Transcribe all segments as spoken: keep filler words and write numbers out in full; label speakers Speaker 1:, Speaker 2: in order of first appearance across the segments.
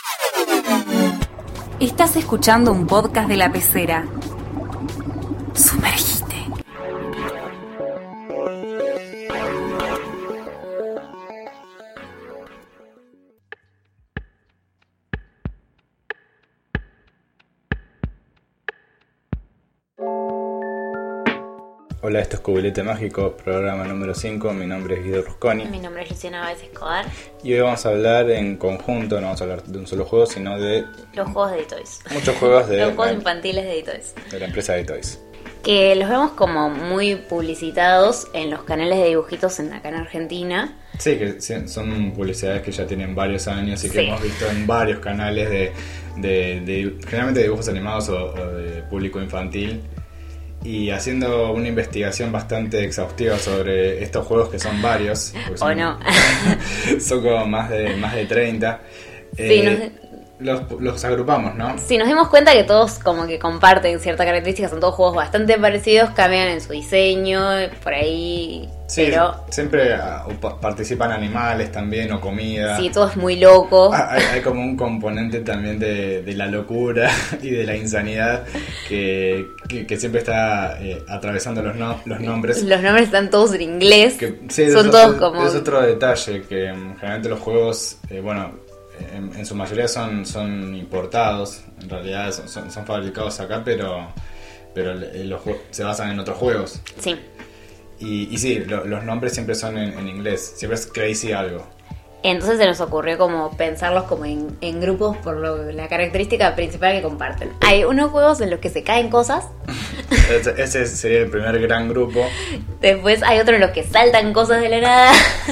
Speaker 1: Estás escuchando un podcast de La Pecera. Sumergite.
Speaker 2: Hola, esto es Cubilete Mágico, programa número cinco. Mi nombre es Guido Rusconi.
Speaker 3: Mi nombre es Luciana Báez Escobar.
Speaker 2: Y hoy vamos a hablar en conjunto, no vamos a hablar de un solo juego, sino de
Speaker 3: los juegos de D-Toys.
Speaker 2: Muchos juegos de
Speaker 3: los juegos
Speaker 2: la,
Speaker 3: infantiles de D-Toys.
Speaker 2: De la empresa D-Toys.
Speaker 3: Que los vemos como muy publicitados en los canales de dibujitos en acá en Argentina.
Speaker 2: Sí, que son publicidades que ya tienen varios años y que
Speaker 3: sí.
Speaker 2: hemos visto en varios canales de, de, de generalmente de dibujos animados o, o de público infantil. Y haciendo una investigación bastante exhaustiva sobre estos juegos, que son varios. Son,
Speaker 3: ¿O no?
Speaker 2: Son como más de, más de treinta.
Speaker 3: Sí,
Speaker 2: eh,
Speaker 3: nos...
Speaker 2: los, los agrupamos, ¿no?
Speaker 3: Sí, nos dimos cuenta que todos como que comparten ciertas características. Son todos juegos bastante parecidos, cambian en su diseño, por ahí...
Speaker 2: Sí,
Speaker 3: pero...
Speaker 2: siempre uh, participan animales también o comida.
Speaker 3: Sí, todo es muy loco.
Speaker 2: Ah, hay, hay como un componente también de, de la locura y de la insanidad que, que, que siempre está eh, atravesando los, no, los nombres.
Speaker 3: Los nombres están todos en inglés.
Speaker 2: Que, sí,
Speaker 3: son
Speaker 2: es,
Speaker 3: todos
Speaker 2: es,
Speaker 3: como...
Speaker 2: Es otro detalle que um, generalmente los juegos, eh, bueno, en, en su mayoría son, son importados. En realidad son, son, son fabricados acá, pero, pero los, se basan en otros juegos.
Speaker 3: Sí.
Speaker 2: Y, y sí, lo, los nombres siempre son en, en inglés, siempre es Crazy algo. Entonces
Speaker 3: se nos ocurrió como pensarlos como en, en grupos por lo, la característica principal que comparten. Hay unos juegos en los que se caen cosas.
Speaker 2: Ese, ese sería el primer gran grupo.
Speaker 3: Después hay otro en los que saltan cosas de la nada.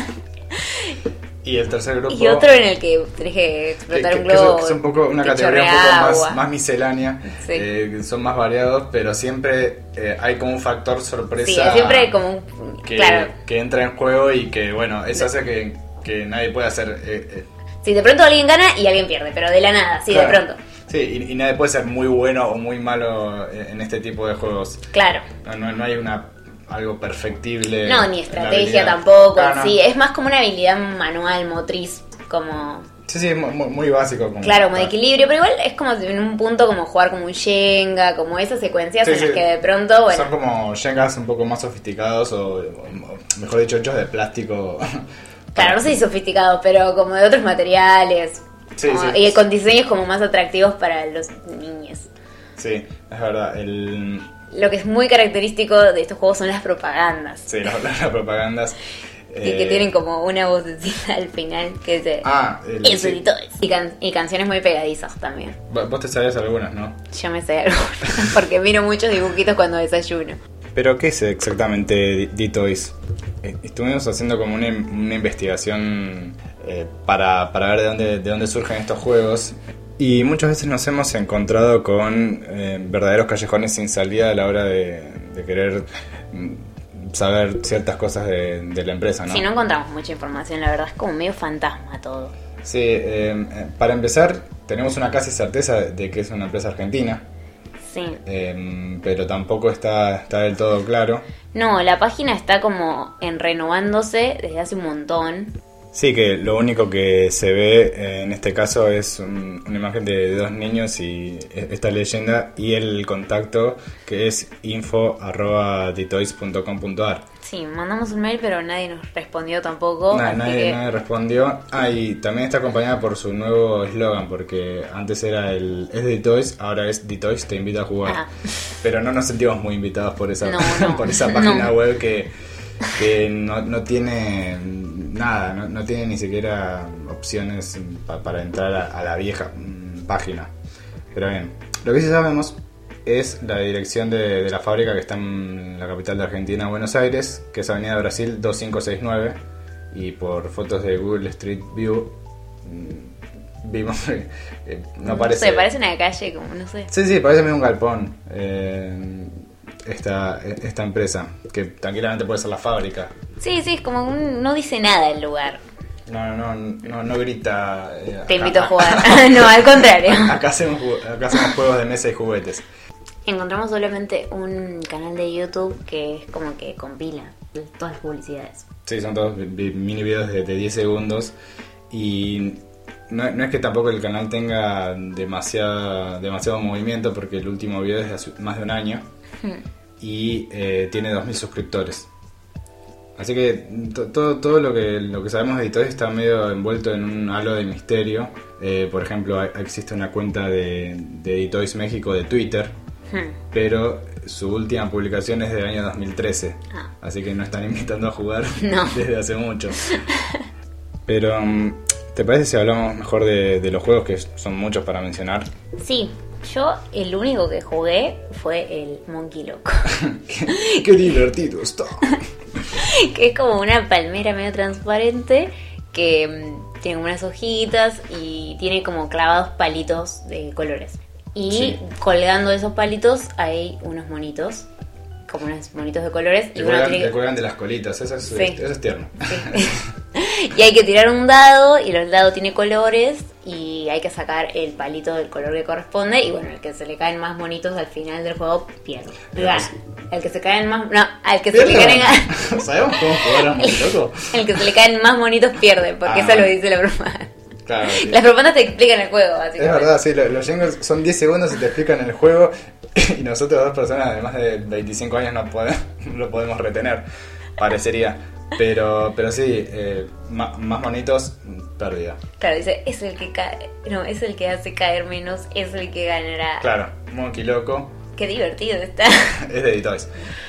Speaker 2: Y el tercer grupo...
Speaker 3: Y otro en el que tenés que explotar
Speaker 2: que,
Speaker 3: un globo.
Speaker 2: Que es un poco una categoría un poco más, más miscelánea. Sí. Eh, son más variados, pero siempre eh, hay como un factor sorpresa.
Speaker 3: Sí, siempre hay como un...
Speaker 2: Que,
Speaker 3: claro.
Speaker 2: que entra en juego y que, bueno, eso hace que, que nadie pueda hacer... Eh, eh.
Speaker 3: Sí, de pronto alguien gana y alguien pierde, pero de la nada, sí, claro. De pronto.
Speaker 2: Sí, y, y nadie puede ser muy bueno o muy malo en este tipo de juegos.
Speaker 3: Claro.
Speaker 2: No, no, no hay una... algo perfectible.
Speaker 3: No, ni estrategia tampoco. Ah, no. Sí, es más como una habilidad manual, motriz, como...
Speaker 2: Sí, sí, muy, muy básico. Como
Speaker 3: claro, como de equilibrio, pero igual es como en un punto como jugar como un Jenga, como esas secuencias sí, en sí. las que de pronto, bueno...
Speaker 2: Son como Jengas un poco más sofisticados o, o mejor dicho, hechos de plástico.
Speaker 3: Claro, no sé si sofisticados, pero como de otros materiales.
Speaker 2: Sí,
Speaker 3: como,
Speaker 2: sí.
Speaker 3: Y con diseños como más atractivos para los niños.
Speaker 2: Sí, es verdad, el...
Speaker 3: Lo que es muy característico de estos juegos son las propagandas.
Speaker 2: Sí, las, las propagandas.
Speaker 3: Y eh... que tienen como una vocecita al final que se...
Speaker 2: Ah, el...
Speaker 3: Eso sí. y, can... y canciones muy pegadizas también.
Speaker 2: Vos te sabías algunas, ¿no?
Speaker 3: Yo me sé algunas, porque miro muchos dibujitos cuando desayuno.
Speaker 2: ¿Pero qué es exactamente D-Toys? Estuvimos haciendo como una, una investigación eh, para, para ver de dónde, de dónde surgen estos juegos. Y muchas veces nos hemos encontrado con eh, verdaderos callejones sin salida a la hora de, de querer saber ciertas cosas de, de la empresa, ¿no?
Speaker 3: Sí, no encontramos mucha información, la verdad es como medio fantasma todo.
Speaker 2: Sí, eh, para empezar, tenemos una casi certeza de que es una empresa argentina.
Speaker 3: Sí.
Speaker 2: Eh, pero tampoco está, está del todo claro.
Speaker 3: No, la página está como en renovándose desde hace un montón.
Speaker 2: Sí, que lo único que se ve eh, en este caso es un, una imagen de, de dos niños y esta leyenda y el contacto que es info arroba dtoys punto com punto a r.
Speaker 3: Sí, mandamos un mail pero nadie nos respondió tampoco.
Speaker 2: Nah,
Speaker 3: así
Speaker 2: nadie,
Speaker 3: que...
Speaker 2: nadie respondió. Ah, y también está acompañada por su nuevo eslogan, porque antes era el es D-Toys, ahora es D-Toys te invita a jugar. Ah. Pero no nos sentimos muy invitados por esa,
Speaker 3: no, no,
Speaker 2: por esa página
Speaker 3: no.
Speaker 2: web que, que no, no tiene... Nada, no, no tiene ni siquiera opciones pa, para entrar a, a la vieja mmm, página. Pero bien, lo que sí sabemos es la dirección de, de la fábrica que está en la capital de Argentina, Buenos Aires, que es Avenida Brasil dos cinco seis nueve. Y por fotos de Google Street View mmm, vimos que eh, no parece...
Speaker 3: No sé, parece una calle como, no sé.
Speaker 2: Sí, sí, parece medio un galpón. Eh, Esta, esta empresa, que tranquilamente puede ser la fábrica.
Speaker 3: Sí, sí, es como un, no dice nada el lugar.
Speaker 2: No, no, no, no grita. Eh,
Speaker 3: Te
Speaker 2: acá,
Speaker 3: invito a jugar. No, al contrario.
Speaker 2: Acá hacemos, acá hacemos juegos de mesa y juguetes.
Speaker 3: Encontramos solamente un canal de YouTube que es como que compila todas las publicidades.
Speaker 2: Sí, son todos mini videos de, de diez segundos. Y no, no es que tampoco el canal tenga demasiado, demasiado movimiento, porque el último video es de hace más de un año y eh, tiene dos mil suscriptores. Así que to, todo, todo lo que lo que sabemos de Editoys está medio envuelto en un halo de misterio. Eh, por ejemplo, hay, existe una cuenta de, de Editoys México de Twitter, hmm. pero su última publicación es del año dos mil trece. Ah. Así que no están invitando a jugar no. desde hace mucho. Pero, ¿te parece si hablamos mejor de, de los juegos, que son muchos para mencionar?
Speaker 3: Sí. Yo el único que jugué fue el Monkey Loco.
Speaker 2: qué, qué divertido está.
Speaker 3: Que es como una palmera medio transparente que um, tiene unas hojitas y tiene como clavados palitos de colores. Y sí. colgando esos palitos hay unos monitos, como unos monitos de colores.
Speaker 2: Te,
Speaker 3: y
Speaker 2: cuelgan,
Speaker 3: tiene...
Speaker 2: te cuelgan de las colitas, eso es, sí. eso es tierno.
Speaker 3: Sí. Y hay que tirar un dado y el dado tiene colores y hay que sacar el palito del color que corresponde y bueno, el que se le caen más monitos al final del juego pierde. Gana. El que se caen más... No, al que se le caen...
Speaker 2: ¿Sabemos cómo jugar a Monkey Loco?
Speaker 3: El que se le caen más monitos pierde, porque ah, eso lo dice la propaganda.
Speaker 2: Claro, sí.
Speaker 3: Las propagandas te explican el juego, básicamente.
Speaker 2: Es verdad, sí, los jingles son diez segundos y te explican el juego y nosotros dos personas de más de veinticinco años no, podemos, no lo podemos retener, parecería. Pero pero sí, eh, más, más monitos, pérdida.
Speaker 3: Claro, dice, es el que cae, no, es el que hace caer menos, es el que ganará.
Speaker 2: Claro, Monkey Loco.
Speaker 3: Qué divertido está.
Speaker 2: Es de Editoys.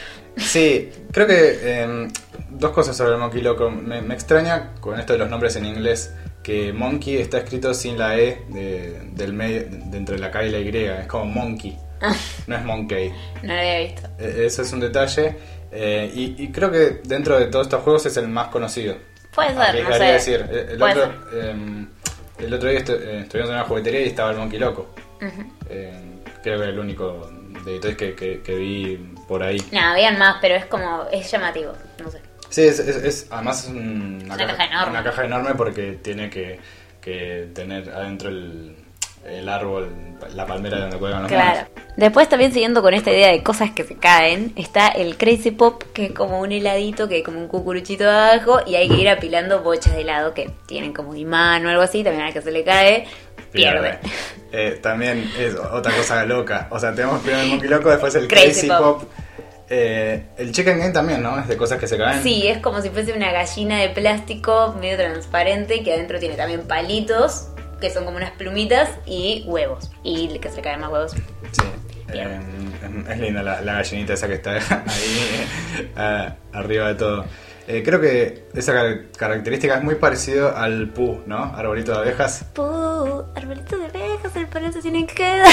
Speaker 2: Sí, creo que eh, dos cosas sobre el Monkey Loco. Me, me extraña con esto de los nombres en inglés que Monkey está escrito sin la E de, del medio, de entre la K y la Y. Es como Monkey, no es Monkey.
Speaker 3: No lo había visto.
Speaker 2: Eh, eso es un detalle. Eh, y, y creo que dentro de todos estos juegos es el más conocido.
Speaker 3: Puede ser, no sé.
Speaker 2: decir. El, otro, eh, el otro día estu- eh, estuvimos en una juguetería y estaba el Monkey Loco. Uh-huh. Eh, creo que era el único de Editoys que, que, que vi por ahí.
Speaker 3: No, habían más, pero es como, es llamativo, no sé.
Speaker 2: Sí, es, es, es además es un, una,
Speaker 3: una, caja, caja enorme.
Speaker 2: una caja enorme porque tiene que, que tener adentro el, el árbol, la palmera donde cuelgan los
Speaker 3: Claro.
Speaker 2: monos.
Speaker 3: Después también siguiendo con esta idea de cosas que se caen, está el Crazy Pop, que es como un heladito, que hay como un cucuruchito abajo y hay que ir apilando bochas de helado que tienen como imán o algo así, también al que se le cae, pierde.
Speaker 2: pierde. Eh, también es otra cosa loca, o sea, tenemos primero el Monkey Loco, después el Crazy, Crazy Pop. Pop. Eh, el Chicken Game también, ¿no? Es de cosas que se caen.
Speaker 3: Sí, es como si fuese una gallina de plástico medio transparente que adentro tiene también palitos, que son como unas plumitas, y huevos. Y que se le caen más huevos.
Speaker 2: Sí. Eh, es, es linda la, la gallinita esa que está ahí eh, arriba de todo. Eh, creo que esa car- característica es muy parecido al Pooh, ¿no? Arbolito de abejas.
Speaker 3: Pooh, arbolito de abejas, el panal se tiene que quedar.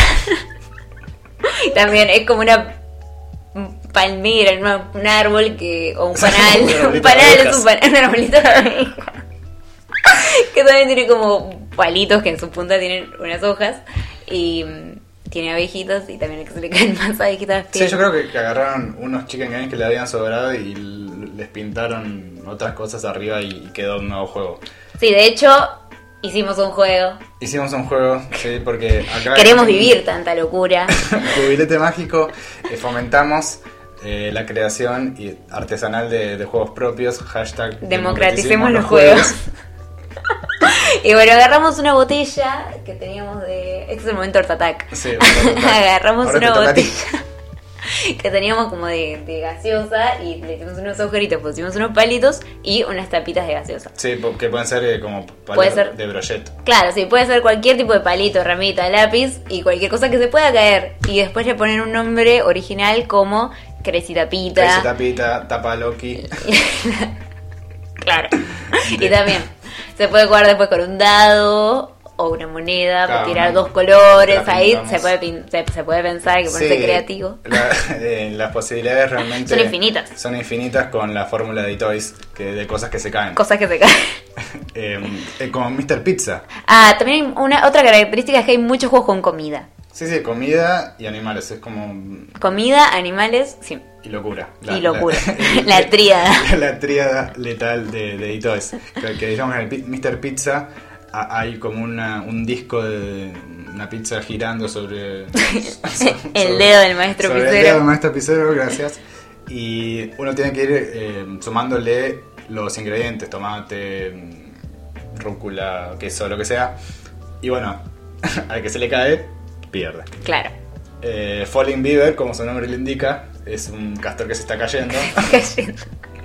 Speaker 3: También es como una palmera, una, un árbol que o un panal. Un, un panal es un, panal, un arbolito de abejas. Que también tiene como palitos que en su punta tienen unas hojas y tiene abejitas y también se le caen más abejitas.
Speaker 2: Sí, yo creo que, que agarraron unos chicken games que le habían sobrado y l- les pintaron otras cosas arriba y quedó un nuevo juego.
Speaker 3: Sí, de hecho, hicimos un juego.
Speaker 2: Hicimos un juego, sí, porque acá...
Speaker 3: Queremos en, vivir tanta locura.
Speaker 2: Jubilete Mágico, eh, fomentamos eh, la creación y artesanal de, de juegos propios, hashtag...
Speaker 3: Democraticemos los juegos. juegos. Y bueno, agarramos una botella que teníamos de... Este es el momento Art Attack.
Speaker 2: Sí, agarramos
Speaker 3: Ahora una botella que teníamos como de, de gaseosa y le hicimos unos agujeritos, pusimos unos palitos y unas tapitas de gaseosa.
Speaker 2: Sí, que pueden ser eh, como palitos ser, de brochet.
Speaker 3: Claro, sí, puede ser cualquier tipo de palito, ramita, lápiz y cualquier cosa que se pueda caer. Y después le ponen un nombre original como Crazy Tapita.
Speaker 2: Crazy Tapita, Tapa Loki.
Speaker 3: Claro. Y también se puede jugar después con un dado o una moneda, claro, tirar dos colores, ahí se puede, pin- se, se puede pensar que ponerse sí, creativo.
Speaker 2: La, eh, las posibilidades realmente
Speaker 3: son infinitas.
Speaker 2: Son infinitas con la fórmula de Editoys, que de cosas que se caen.
Speaker 3: Cosas que se caen.
Speaker 2: eh, eh, como míster Pizza.
Speaker 3: Ah, también hay una otra característica es que hay muchos juegos con comida.
Speaker 2: Sí, sí, comida y animales, es como...
Speaker 3: Comida, animales, sí.
Speaker 2: Y locura.
Speaker 3: La, y locura. La, la tríada.
Speaker 2: La, la tríada letal de, de Editoys. Que, que digamos en el míster Pizza hay como una, un disco de una pizza girando sobre... sobre
Speaker 3: el dedo del maestro
Speaker 2: sobre
Speaker 3: pizzero.
Speaker 2: El dedo del maestro pizzero, gracias. Y uno tiene que ir eh, sumándole los ingredientes, tomate... rúcula, queso, lo que sea. Y bueno, al que se le cae, pierde.
Speaker 3: Claro.
Speaker 2: Eh, Falling Beaver, como su nombre le indica, es un castor que se está cayendo.
Speaker 3: Cayendo.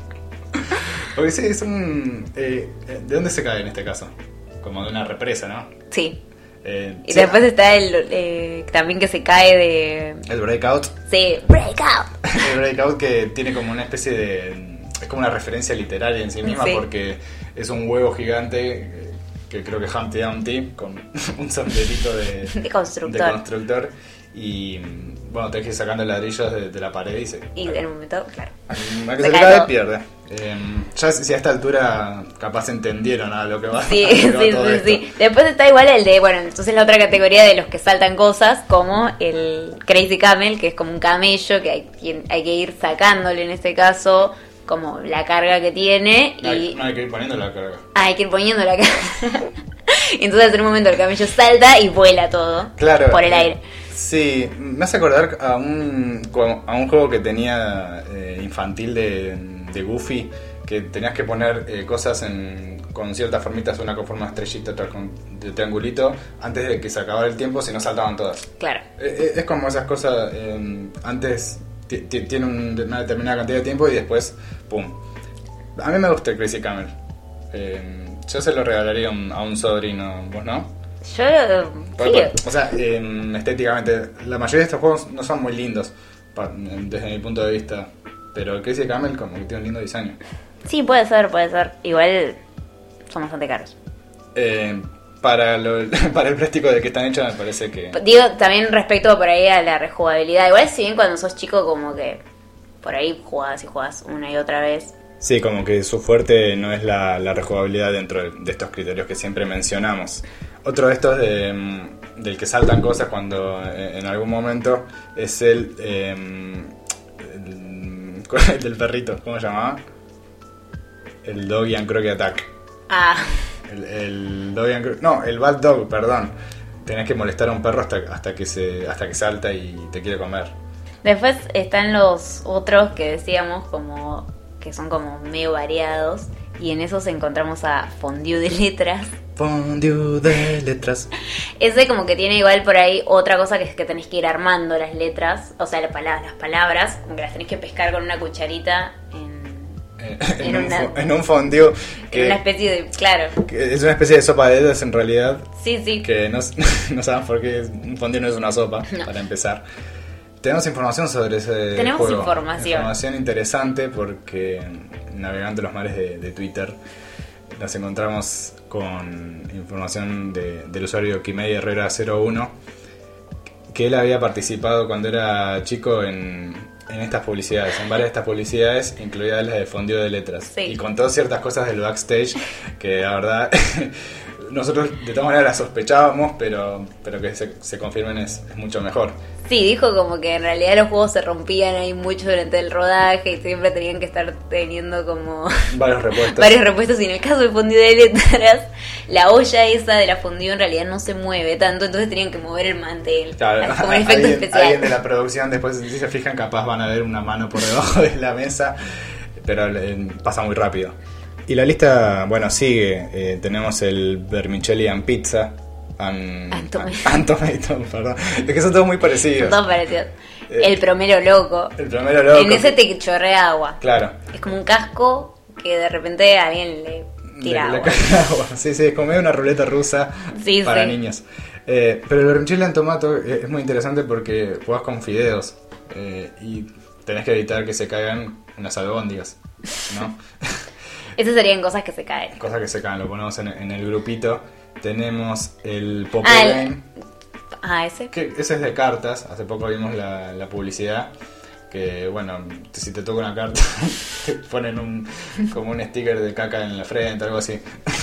Speaker 2: Porque sí, es un... Eh, ¿De dónde se cae en este caso? Como de una represa, ¿no?
Speaker 3: Sí.
Speaker 2: Eh,
Speaker 3: Y
Speaker 2: sí,
Speaker 3: después está el eh, también que se cae de...
Speaker 2: el Breakout.
Speaker 3: Sí, breakout.
Speaker 2: El Breakout que tiene como una especie de... Es como una referencia literaria en sí misma,
Speaker 3: Sí.
Speaker 2: porque es un huevo gigante que creo que Humpty Dumpty con un sombrerito de,
Speaker 3: De constructor.
Speaker 2: de constructor. Y bueno, tenés que ir sacando ladrillos de, de la pared y se...
Speaker 3: Y en un momento, claro.
Speaker 2: Al que
Speaker 3: Se
Speaker 2: se le
Speaker 3: cae
Speaker 2: cae,
Speaker 3: todo.
Speaker 2: pierde. Eh, ya si a esta altura capaz entendieron a lo que va,
Speaker 3: Sí,
Speaker 2: a lo que
Speaker 3: sí,
Speaker 2: va todo
Speaker 3: sí,
Speaker 2: esto.
Speaker 3: sí. Después está igual el de, bueno, entonces la otra categoría de los que saltan cosas, como el Crazy Camel, que es como un camello que hay, quien- hay que ir sacándole en este caso, como la carga que tiene,
Speaker 2: No hay,
Speaker 3: y
Speaker 2: no hay que ir poniendo la carga.
Speaker 3: ah, hay que ir poniendo la carga. Y entonces en un momento el camello salta y vuela todo
Speaker 2: Claro.
Speaker 3: por el aire.
Speaker 2: Sí, me hace acordar a un, a un juego que tenía eh, infantil de, de Goofy, que tenías que poner eh, cosas en, con ciertas formitas, una con forma de estrellita, otra con de triangulito, antes de que se acabara el tiempo, si no saltaban todas.
Speaker 3: Claro.
Speaker 2: Eh, eh, es como esas cosas, eh, antes ti- ti- tiene un- una determinada cantidad de tiempo y después, ¡pum! A mí me gusta el Crazy Camel. Eh, yo se lo regalaría a un, a un sobrino, ¿vos no?
Speaker 3: Yo, eh,
Speaker 2: Por-
Speaker 3: sí,
Speaker 2: por- o sea, eh, estéticamente, la mayoría de estos juegos no son muy lindos, pa- desde mi punto de vista. Pero el Crazy Camel como que tiene un lindo diseño.
Speaker 3: sí, puede ser, puede ser. Igual son bastante caros.
Speaker 2: Eh, para, lo, para el plástico del que están hechos me parece que...
Speaker 3: Digo, también respecto por ahí a la rejugabilidad. Igual si bien cuando sos chico como que por ahí jugás y jugás una y otra vez.
Speaker 2: Sí, como que su fuerte no es la, la rejugabilidad dentro de, de estos criterios que siempre mencionamos. Otro de estos de, mm, del que saltan cosas cuando eh, en algún momento es el, eh, el, el del perrito, ¿cómo se llamaba? El Doggy and Croquet Attack.
Speaker 3: Ah,
Speaker 2: El, el Doggy and Cro- no, el Bad Dog, perdón. Tenés que molestar a un perro hasta, hasta que se hasta que salta y te quiere comer.
Speaker 3: después están los otros que decíamos como que son como medio variados. Y en esos encontramos a Fondue de letras.
Speaker 2: Fondue de letras.
Speaker 3: Ese como que tiene igual por ahí otra cosa que es que tenés que ir armando las letras. O sea, las palabras, las palabras como que las tenés que pescar con una cucharita en,
Speaker 2: Eh,
Speaker 3: En
Speaker 2: en, un,
Speaker 3: una-
Speaker 2: fo- en un fondue
Speaker 3: en
Speaker 2: que,
Speaker 3: una especie de... Claro,
Speaker 2: que es una especie de sopa de letras en realidad.
Speaker 3: sí, sí.
Speaker 2: Que no, no saben por qué un fondue no es una sopa,
Speaker 3: No.
Speaker 2: para empezar. Tenemos información sobre ese
Speaker 3: Tenemos
Speaker 2: juego.
Speaker 3: información.
Speaker 2: Información interesante porque navegando los mares de, de Twitter nos encontramos con información de, del usuario Kimei Herrera cero uno, que él había participado cuando era chico en, en estas publicidades, en varias de estas publicidades, incluidas las de fondue de letras.
Speaker 3: Sí.
Speaker 2: Y contó ciertas cosas del backstage que la verdad nosotros de todas maneras las sospechábamos, pero, pero que se, se confirmen es, es mucho mejor.
Speaker 3: Sí, dijo como que en realidad los juegos se rompían ahí mucho durante el rodaje y siempre tenían que estar teniendo como
Speaker 2: Varios repuestos.
Speaker 3: varios repuestos. Y en el caso de fondue de letras, la olla esa de la fondue en realidad no se mueve tanto, entonces tenían que mover el mantel.
Speaker 2: Claro,
Speaker 3: Así como un efecto
Speaker 2: alguien,
Speaker 3: especial.
Speaker 2: alguien de la producción después, si se fijan, capaz van a ver una mano por debajo de la mesa, pero eh, pasa muy rápido. Y la lista, bueno, sigue. Eh, tenemos el vermicelli and pizza. And,
Speaker 3: And tomato.
Speaker 2: and tomato, perdón. Es que son todos muy parecidos.
Speaker 3: Son todos parecidos.
Speaker 2: Eh,
Speaker 3: El promero loco.
Speaker 2: El primero loco.
Speaker 3: En ese te chorrea agua.
Speaker 2: Claro.
Speaker 3: Es como un casco que de repente a alguien le tira
Speaker 2: Le- le
Speaker 3: agua.
Speaker 2: cae agua. Sí, sí, es como medio una ruleta rusa
Speaker 3: Sí,
Speaker 2: para
Speaker 3: sí.
Speaker 2: niños. Eh, pero el vermicelli and tomato es es muy interesante porque jugás con fideos eh, y tenés que evitar que se caigan unas albóndigas, ¿no?
Speaker 3: Esas serían cosas que se caen.
Speaker 2: Cosas que se caen, lo ponemos en, en el grupito. Tenemos el Popo
Speaker 3: Ah, el-
Speaker 2: Game,
Speaker 3: Ah, ese.
Speaker 2: que ese es de cartas. Hace poco vimos la, la publicidad. Que bueno, si te toca una carta, te ponen un como un sticker de caca en la frente, algo así.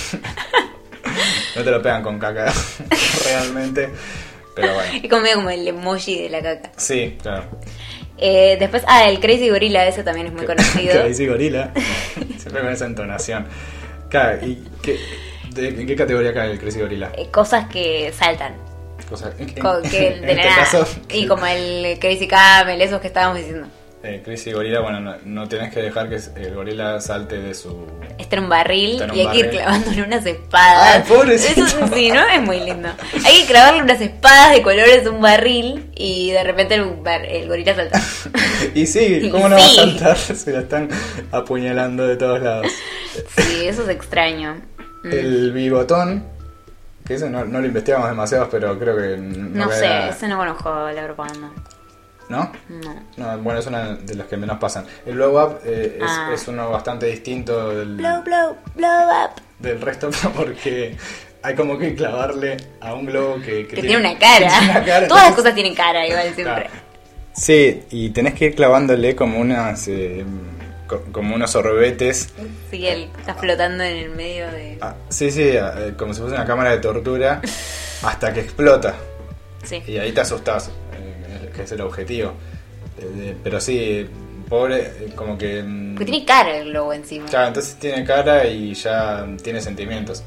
Speaker 2: No te lo pegan con caca realmente, pero bueno.
Speaker 3: Es como medio como el emoji de la caca.
Speaker 2: Sí, claro.
Speaker 3: Eh, después, ah, el Crazy Gorilla, ese también es muy conocido.
Speaker 2: Que dice gorila. Siempre con esa entonación. Claro, ¿y qué, de- en qué categoría cae el Crazy Gorila?
Speaker 3: Eh, cosas que saltan.
Speaker 2: Cosa, en, en-
Speaker 3: Co- que
Speaker 2: en
Speaker 3: de la
Speaker 2: este
Speaker 3: nada.
Speaker 2: caso,
Speaker 3: Y como el Crazy Camel, esos que estábamos diciendo.
Speaker 2: Eh, Crazy Gorila, bueno, no, no tenés que dejar que el gorila salte de su...
Speaker 3: Está en un barril
Speaker 2: Está en un
Speaker 3: y hay que ir
Speaker 2: barril.
Speaker 3: clavándole unas espadas.
Speaker 2: Ay, pobrecito.
Speaker 3: Eso sí, ¿no? Es muy lindo. Hay que clavarle unas espadas de colores a un barril y de repente el, bar- el gorila salta.
Speaker 2: Y sí, ¿cómo
Speaker 3: Y
Speaker 2: no va a
Speaker 3: sí.
Speaker 2: saltar? Se la están apuñalando de todos lados.
Speaker 3: Sí, eso es extraño. Mm.
Speaker 2: El bigotón, que ese no, no lo investigamos demasiado, pero creo que...
Speaker 3: No
Speaker 2: queda-
Speaker 3: sé, ese no conozco la propaganda.
Speaker 2: ¿No?
Speaker 3: No.
Speaker 2: No, bueno, es una de las que menos pasan. El blow up eh, es,
Speaker 3: Ah.
Speaker 2: es uno bastante distinto del,
Speaker 3: Blow, blow, blow up.
Speaker 2: del resto porque hay como que clavarle a un globo que,
Speaker 3: Que tiene una cara.
Speaker 2: que tiene una cara,
Speaker 3: Todas las
Speaker 2: entonces-
Speaker 3: cosas tienen cara igual siempre.
Speaker 2: Claro. Sí, y tenés que ir clavándole como unas eh, co- como unos sorbetes.
Speaker 3: Sí, él está flotando en el medio de...
Speaker 2: Ah, sí, sí, eh, como si fuese una cámara de tortura hasta que explota.
Speaker 3: Sí.
Speaker 2: Y ahí te asustás, eh, que es el objetivo. Eh, de- pero sí, pobre, eh, como que... mm,
Speaker 3: Porque tiene cara el globo encima.
Speaker 2: Claro, entonces tiene cara y ya tiene sentimientos.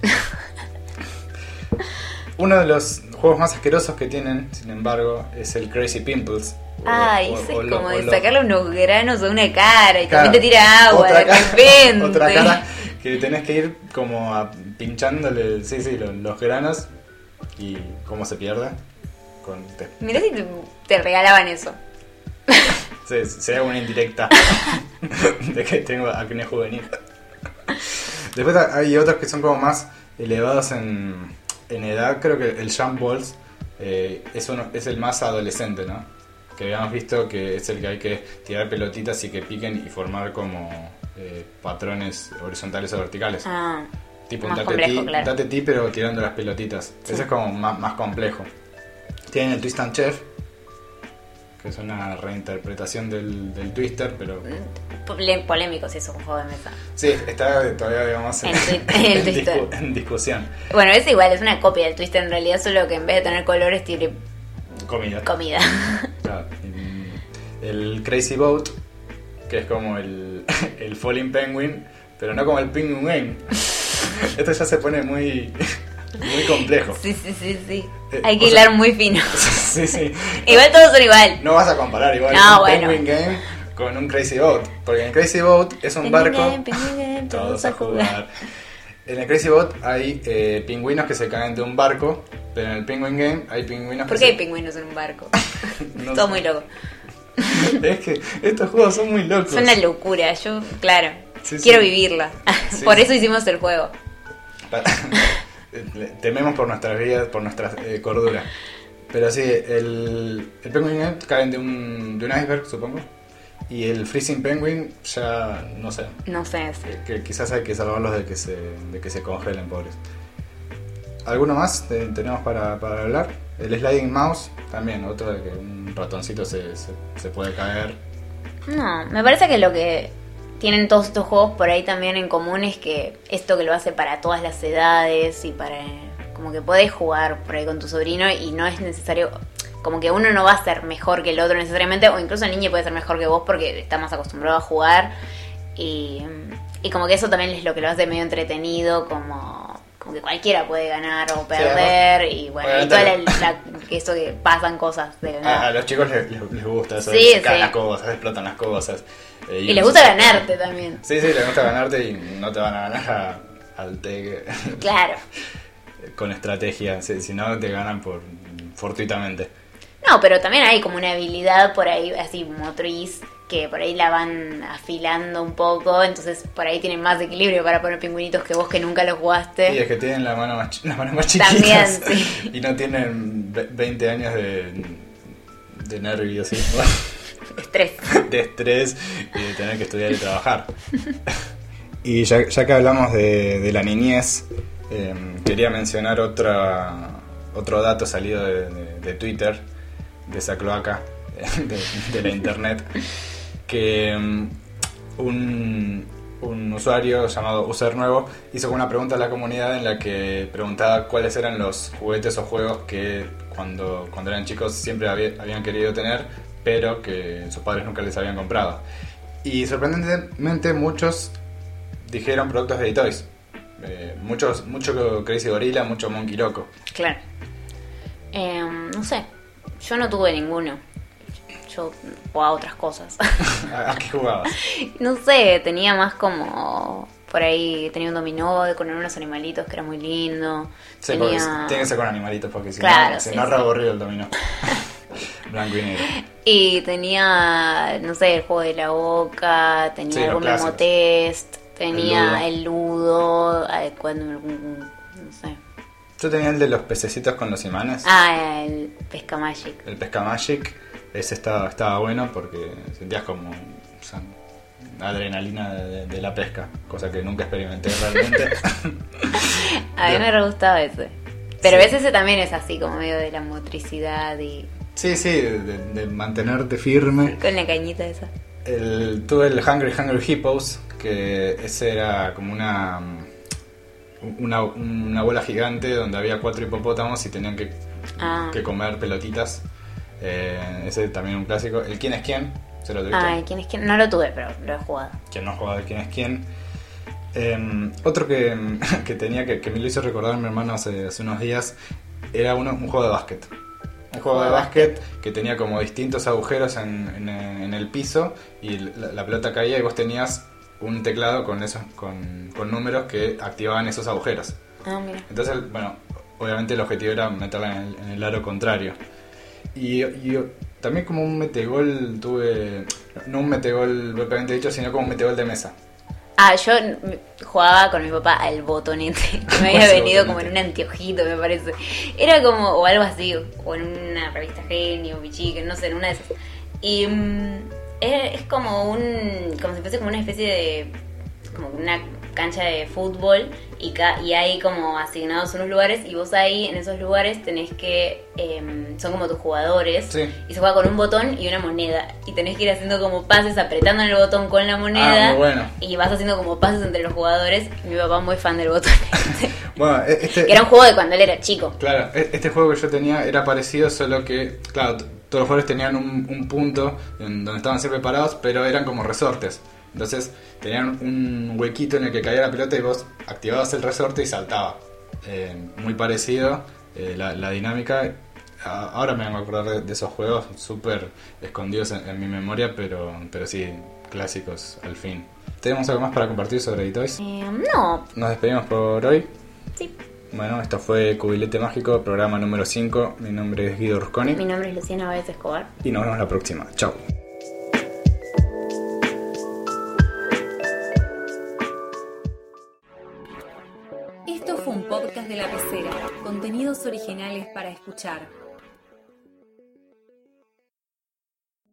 Speaker 2: Uno de los juegos más asquerosos que tienen, sin embargo, es el Crazy Pimples. O-
Speaker 3: Ay,
Speaker 2: o-
Speaker 3: ese
Speaker 2: o
Speaker 3: es
Speaker 2: lo-
Speaker 3: como
Speaker 2: o
Speaker 3: de
Speaker 2: lo-
Speaker 3: sacarle unos granos a una cara y
Speaker 2: Claro,
Speaker 3: también te tira agua
Speaker 2: otra
Speaker 3: de
Speaker 2: cara-
Speaker 3: repente.
Speaker 2: Otra cara que tenés que ir como a- pinchándole, sí, sí, los, los granos y cómo se pierde. Con, te-
Speaker 3: Mirá si te, te regalaban eso.
Speaker 2: sí, sería una indirecta de que tengo acné juvenil. Después hay otros que son como más elevados en, en edad. Creo que el Jump Balls eh, es, uno, es el más adolescente, ¿no? Que habíamos visto que es el que hay que tirar pelotitas y que piquen y formar como eh, patrones horizontales o verticales.
Speaker 3: Ah,
Speaker 2: Tipo un
Speaker 3: más
Speaker 2: tate
Speaker 3: complejo,
Speaker 2: ti,
Speaker 3: claro.
Speaker 2: tate ti, pero tirando las pelotitas.
Speaker 3: Sí.
Speaker 2: Ese es como más, más complejo. Tienen el Twist and Chef, que es una reinterpretación del, del Twister, pero...
Speaker 3: Pole- polémico si eso es un juego de mesa.
Speaker 2: Sí, está todavía, digamos, en,
Speaker 3: En twi- en
Speaker 2: en
Speaker 3: Twister.
Speaker 2: discu- en discusión.
Speaker 3: Bueno, es igual, es una copia del Twister en realidad, solo que en vez de tener colores tiene
Speaker 2: Comida.
Speaker 3: comida.
Speaker 2: Claro. Y el Crazy Boat, que es como el, el Falling Penguin, pero no como el Penguin Game. Esto ya se pone muy, muy complejo.
Speaker 3: Sí, sí, sí, sí.
Speaker 2: Eh,
Speaker 3: Hay que
Speaker 2: o
Speaker 3: hilar
Speaker 2: sea-
Speaker 3: muy fino.
Speaker 2: Sí, sí.
Speaker 3: Igual todos son igual.
Speaker 2: No vas a comparar igual
Speaker 3: No,
Speaker 2: un
Speaker 3: bueno.
Speaker 2: Penguin Game con un Crazy Boat, porque en Crazy Boat es un
Speaker 3: Penguin
Speaker 2: barco.
Speaker 3: Game, Penguin Game,
Speaker 2: Todos a jugar. En el Crazy Boat hay eh, pingüinos que se caen de un barco, pero en el Penguin Game hay pingüinos
Speaker 3: ¿Por
Speaker 2: que
Speaker 3: qué hay
Speaker 2: se...
Speaker 3: pingüinos en un barco?
Speaker 2: No
Speaker 3: Todo
Speaker 2: sé.
Speaker 3: muy loco.
Speaker 2: Es que estos juegos son muy locos.
Speaker 3: Es una locura, yo, claro,
Speaker 2: Sí,
Speaker 3: quiero
Speaker 2: sí.
Speaker 3: vivirla.
Speaker 2: Sí,
Speaker 3: Por
Speaker 2: sí.
Speaker 3: eso hicimos el juego.
Speaker 2: Pa- Tememos por nuestras vidas, por nuestra eh, cordura. Pero sí, el, el Penguin Game caen de un, de un iceberg, supongo. Y el Freezing Penguin ya no sé.
Speaker 3: No sé, sí.
Speaker 2: Que, que quizás hay que salvarlos de que se, de que se congelen, pobres. ¿Alguno más te- tenemos para, para hablar? El Sliding Mouse, también, otro de que un ratoncito se, se, se puede caer.
Speaker 3: No, me parece que lo que tienen todos estos juegos por ahí también en común es que esto que lo hace para todas las edades y para... Como que podés jugar por ahí con tu sobrino y no es necesario... Como que uno no va a ser mejor que el otro necesariamente, o incluso el niño puede ser mejor que vos porque está más acostumbrado a jugar. Y, y como que eso también es lo que lo hace medio entretenido, como, como que cualquiera puede ganar o perder. Y bueno, y toda la, la- eso que pasan cosas de la
Speaker 2: A,
Speaker 3: nada.
Speaker 2: a los chicos les, les- les gusta eso,
Speaker 3: Sí,
Speaker 2: de se caen
Speaker 3: sí.
Speaker 2: las cosas, explotan las cosas. eh,
Speaker 3: Y
Speaker 2: uno
Speaker 3: les
Speaker 2: se
Speaker 3: gusta
Speaker 2: saca-
Speaker 3: ganarte también.
Speaker 2: Sí, sí, les gusta ganarte y no te van a ganar a- al TEC
Speaker 3: Claro.
Speaker 2: con estrategia, si, si no te ganan por fortuitamente.
Speaker 3: No, pero también hay como una habilidad por ahí, así motriz, que por ahí la van afilando un poco, entonces por ahí tienen más equilibrio para poner pingüinitos que vos que nunca los jugaste.
Speaker 2: Y es que tienen la mano más, chi- las manos más chiquitas
Speaker 3: También, sí.
Speaker 2: y no tienen ve- veinte años de, de nervios, ¿sí? Bueno,
Speaker 3: Estrés.
Speaker 2: de estrés y de tener que estudiar y trabajar. Y ya, ya que hablamos de, de la niñez, eh, quería mencionar otra, otro dato salido de, de- de Twitter, de esa cloaca de, de la internet, que um, un, un usuario llamado User Nuevo hizo una pregunta a la comunidad en la que preguntaba cuáles eran los juguetes o juegos que cuando, cuando eran chicos siempre había- habían querido tener, pero que sus padres nunca les habían comprado. Y sorprendentemente muchos dijeron productos de Toys. Eh, muchos, mucho Crazy Gorilla, mucho Monkey Loco.
Speaker 3: Claro. Eh, no sé, yo no tuve ninguno. yo jugaba a otras cosas.
Speaker 2: ¿A qué jugabas?
Speaker 3: No sé, tenía más como... Por ahí tenía un dominó con unos animalitos que era muy lindo.
Speaker 2: Sí,
Speaker 3: tenía...
Speaker 2: porque tiene que ser con animalitos, porque si
Speaker 3: claro,
Speaker 2: no, se
Speaker 3: sí,
Speaker 2: narra
Speaker 3: sí.
Speaker 2: aburrido el dominó. Blanco y negro.
Speaker 3: Y tenía, no sé, el juego de la boca, tenía
Speaker 2: Sí,
Speaker 3: algún
Speaker 2: los clásicos.
Speaker 3: memotest, tenía
Speaker 2: El
Speaker 3: el ludo, eh, cuando, no sé.
Speaker 2: Yo tenía el de los pececitos con los imanes.
Speaker 3: Ah, el Pesca Magic.
Speaker 2: El Pesca Magic. Ese estaba, estaba bueno porque sentías como, o sea, adrenalina de, de, de la pesca, cosa que nunca experimenté realmente.
Speaker 3: A mí me re gustaba ese. Pero
Speaker 2: Sí.
Speaker 3: ves, ese también es así, como medio de la motricidad y
Speaker 2: Sí, sí, de, de mantenerte firme.
Speaker 3: con la cañita esa.
Speaker 2: El, tuve el Hungry Hungry Hippos, que ese era como una, una una bola gigante donde había cuatro hipopótamos y tenían que,
Speaker 3: Ah.
Speaker 2: que comer pelotitas. Eh, ese también un clásico. El quién es quién, ¿se lo tuviste?
Speaker 3: Ay, ¿quién es quién? No lo tuve, pero lo he jugado.
Speaker 2: Quien no jugaba de quién es quién. Eh, otro que, que tenía que, que me lo hizo recordar mi hermano hace, hace unos días era uno, un juego de básquet. Un juego de básquet que tenía como distintos agujeros en, en, en el piso y la, la pelota caía y vos tenías un teclado con esos con, con números que activaban esos agujeros.
Speaker 3: Ah, mira.
Speaker 2: Entonces, bueno, obviamente el objetivo era meterla en el, en el aro contrario. Y, y también como un metegol tuve, no un metegol propiamente dicho, sino como un metegol de mesa.
Speaker 3: Ah, yo m- jugaba con mi papá al botonete, que me
Speaker 2: ¿Cuál
Speaker 3: había
Speaker 2: es el
Speaker 3: venido como en
Speaker 2: botonete?
Speaker 3: un anteojito, me parece. Era como, o algo así, o en una revista Genio, Pichique, no sé, en una de esas. Y mm, es, es como un, como si fuese como una especie de, como una cancha de fútbol y, ca- y hay como asignados unos lugares y vos ahí en esos lugares tenés que, em, son como tus jugadores
Speaker 2: Sí.
Speaker 3: y se juega con un botón y una moneda y tenés que ir haciendo como pases apretando en el botón con la moneda.
Speaker 2: Ah, muy bueno.
Speaker 3: Y vas haciendo como pases entre los jugadores. Mi papá muy fan del botón.
Speaker 2: Bueno, e- este,
Speaker 3: Que era un juego de cuando él era chico.
Speaker 2: Claro, e- este juego que yo tenía era parecido, solo que, claro, t- todos los jugadores tenían un, un punto en donde estaban siempre parados, pero eran como resortes. Entonces tenían un huequito en el que caía la pelota y vos activabas el resorte y saltaba. Eh, muy parecido eh, la, la dinámica. A- Ahora me vengo a acordar de, de esos juegos súper escondidos en, en mi memoria, pero, pero sí, clásicos al fin. ¿Tenemos algo más para compartir sobre Itoys?
Speaker 3: Eh, no,
Speaker 2: Nos despedimos por hoy.
Speaker 3: sí.
Speaker 2: Bueno, esto fue Cubilete Mágico, programa número cinco. Mi nombre es Guido Rusconi
Speaker 3: Mi nombre es Luciana Báez Escobar.
Speaker 2: y nos vemos la próxima. Chao.
Speaker 1: Esto fue un podcast de La Pecera, contenidos originales para escuchar.